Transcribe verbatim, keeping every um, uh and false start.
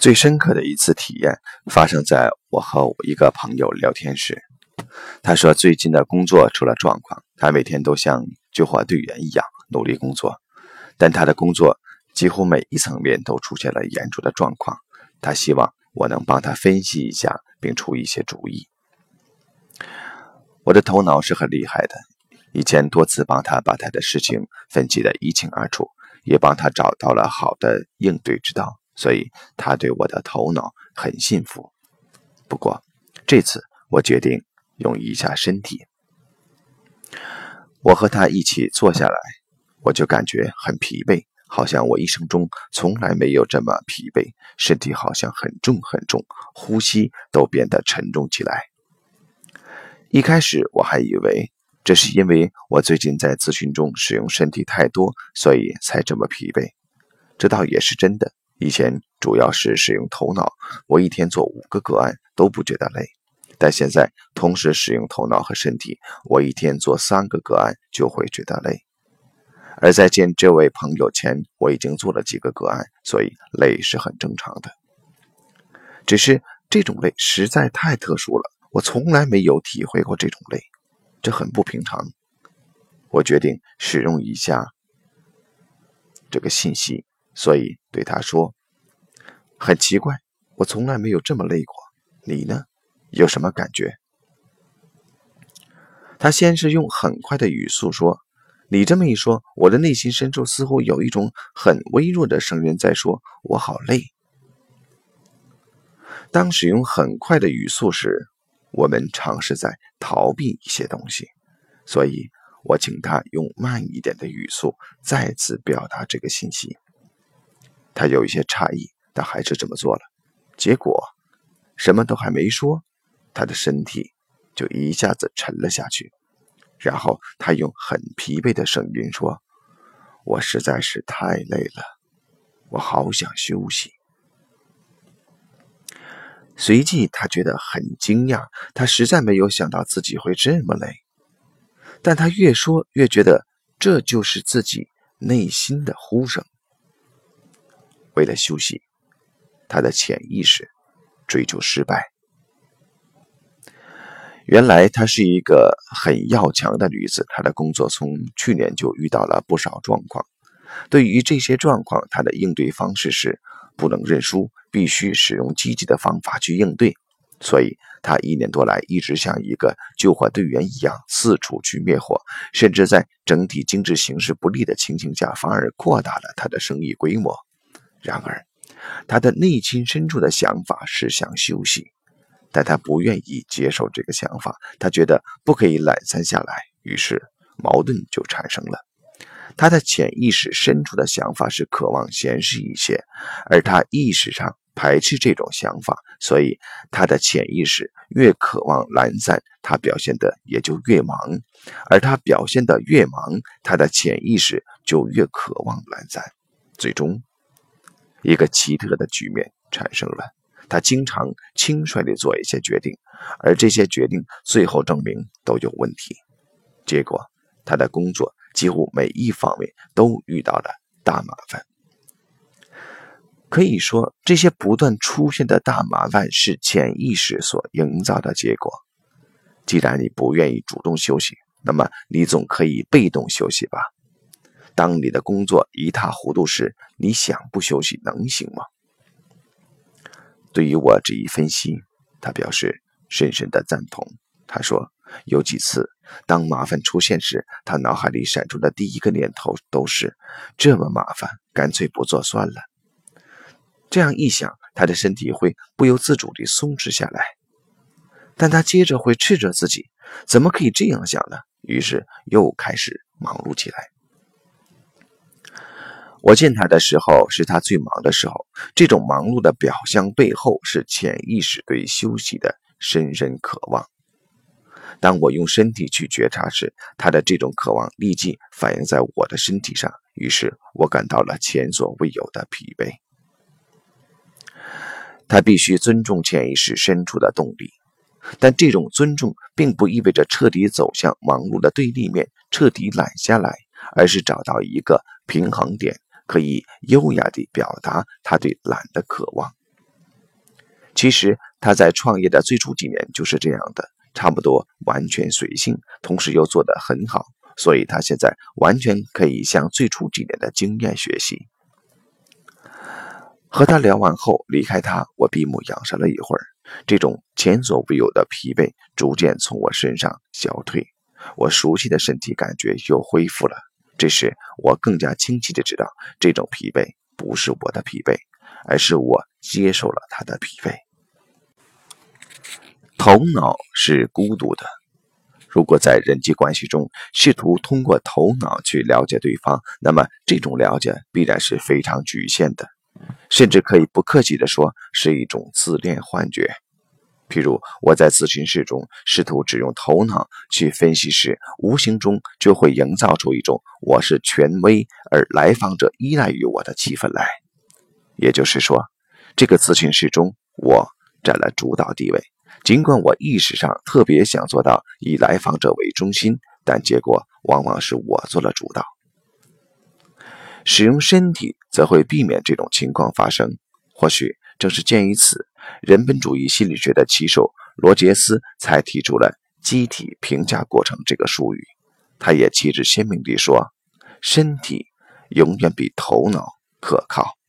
最深刻的一次体验发生在我和我一个朋友聊天时。他说最近的工作出了状况，他每天都像救火队员一样努力工作，但他的工作几乎每一层面都出现了严重的状况。他希望我能帮他分析一下并出一些主意。我的头脑是很厉害的，以前多次帮他把他的事情分析得一清二楚，也帮他找到了好的应对之道，所以他对我的头脑很信服。不过这次我决定用一下身体。我和他一起坐下来，我就感觉很疲惫，好像我一生中从来没有这么疲惫，身体好像很重很重，呼吸都变得沉重起来。一开始我还以为这是因为我最近在咨询中使用身体太多，所以才这么疲惫。这倒也是真的，以前主要是使用头脑，我一天做五个个案都不觉得累，但现在同时使用头脑和身体，我一天做三个个案就会觉得累。而在见这位朋友前，我已经做了几个个案，所以累是很正常的。只是这种累实在太特殊了，我从来没有体会过这种累，这很不平常。我决定使用一下这个信息，所以对他说，很奇怪，我从来没有这么累过，你呢？有什么感觉？他先是用很快的语速说，你这么一说，我的内心深处似乎有一种很微弱的声音在说，我好累。当使用很快的语速时，我们尝试在逃避一些东西，所以我请他用慢一点的语速再次表达这个信息。他有一些诧异，但还是这么做了。结果什么都还没说，他的身体就一下子沉了下去，然后他用很疲惫的声音说，我实在是太累了，我好想休息。随即他觉得很惊讶，他实在没有想到自己会这么累，但他越说越觉得这就是自己内心的呼声。为了休息，他的潜意识追求失败。原来她是一个很要强的女子，她的工作从去年就遇到了不少状况。对于这些状况，她的应对方式是不能认输，必须使用积极的方法去应对。所以她一年多来一直像一个救火队员一样四处去灭火，甚至在整体经济形势不利的情形下，反而扩大了她的生意规模。然而她的内心深处的想法是想休息，但他不愿意接受这个想法，他觉得不可以懒散下来，于是矛盾就产生了。他的潜意识深处的想法是渴望闲适一些，而他意识上排斥这种想法，所以他的潜意识越渴望懒散，他表现得也就越忙，而他表现得越忙，他的潜意识就越渴望懒散。最终一个奇特的局面产生了，他经常轻率地做一些决定，而这些决定最后证明都有问题。结果他的工作几乎每一方面都遇到了大麻烦。可以说，这些不断出现的大麻烦是潜意识所营造的结果。既然你不愿意主动休息，那么你总可以被动休息吧？当你的工作一塌糊涂时，你想不休息能行吗？对于我这一分析，他表示深深的赞同。他说，有几次当麻烦出现时，他脑海里闪出的第一个念头都是，这么麻烦，干脆不做算了。这样一想，他的身体会不由自主地松弛下来，但他接着会斥责自己，怎么可以这样想呢？于是又开始忙碌起来。我见他的时候是他最忙的时候，这种忙碌的表象背后是潜意识对休息的深深渴望。当我用身体去觉察时，他的这种渴望立即反映在我的身体上，于是我感到了前所未有的疲惫。他必须尊重潜意识深处的动力，但这种尊重并不意味着彻底走向忙碌的对立面，彻底懒下来，而是找到一个平衡点，可以优雅地表达他对懒的渴望。 其实他在创业的最初几年就是这样的，差不多完全随性，同时又做得很好，所以他现在完全可以向最初几年的经验学习。和他聊完后离开他，我闭目养神了一会儿，这种前所未有的疲惫逐渐从我身上消退，我熟悉的身体感觉又恢复了。这时我更加清晰地知道，这种疲惫不是我的疲惫，而是我接受了他的疲惫。头脑是孤独的，如果在人际关系中试图通过头脑去了解对方，那么这种了解必然是非常局限的，甚至可以不客气地说是一种自恋幻觉。譬如我在咨询室中试图只用头脑去分析时，无形中就会营造出一种我是权威而来访者依赖于我的气氛来。也就是说，这个咨询室中我占了主导地位，尽管我意识上特别想做到以来访者为中心，但结果往往是我做了主导。使用身体则会避免这种情况发生，或许正是鉴于此，人本主义心理学的旗手罗杰斯才提出了机体评价过程这个术语。他也旗帜鲜明地说，身体永远比头脑可靠。